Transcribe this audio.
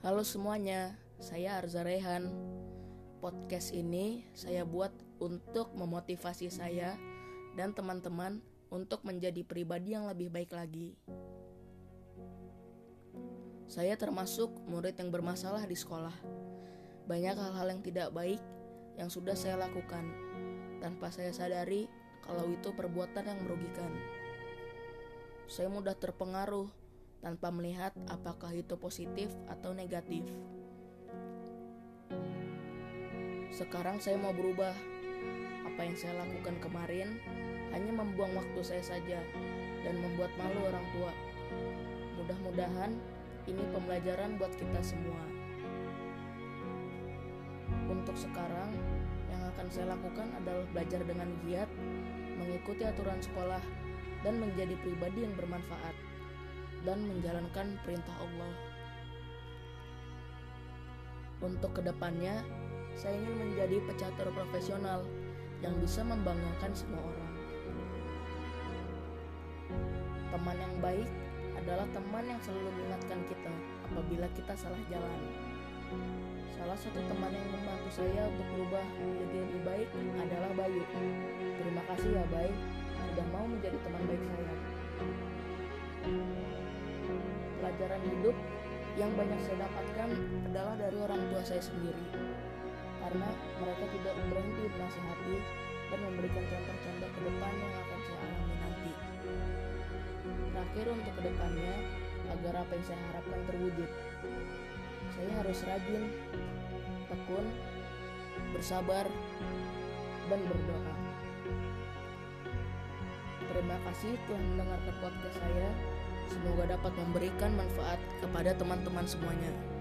Halo semuanya, saya Arza Rehan. Podcast ini saya buat untuk memotivasi saya dan teman-teman untuk menjadi pribadi yang lebih baik lagi. Saya termasuk murid yang bermasalah di sekolah. Banyak hal-hal yang tidak baik yang sudah saya lakukan tanpa saya sadari kalau itu perbuatan yang merugikan. Saya mudah terpengaruh tanpa melihat apakah itu positif atau negatif. Sekarang saya mau berubah. Apa yang saya lakukan kemarin hanya membuang waktu saya saja dan membuat malu orang tua. Mudah-mudahan ini pembelajaran buat kita semua. Untuk sekarang, yang akan saya lakukan adalah belajar dengan giat, mengikuti aturan sekolah, dan menjadi pribadi yang bermanfaat dan menjalankan perintah Allah. Untuk kedepannya, saya ingin menjadi pecatur profesional yang bisa membanggakan semua orang. Teman yang baik adalah teman yang selalu mengingatkan kita apabila kita salah jalan. Salah satu teman yang membantu saya untuk berubah menjadi lebih baik adalah Bayu. Terima kasih ya Bay, sudah mau menjadi teman baik saya. Pelajaran hidup yang banyak saya dapatkan adalah dari orang tua saya sendiri, karena mereka tidak berhenti menasihati dan memberikan contoh-contoh ke depan yang akan saya alami nanti. Terakhir, untuk kedepannya, agar apa yang saya harapkan terwujud, saya harus rajin, tekun, bersabar, dan berdoa. Terima kasih telah mendengarkan podcast saya. Semoga dapat memberikan manfaat kepada teman-teman semuanya.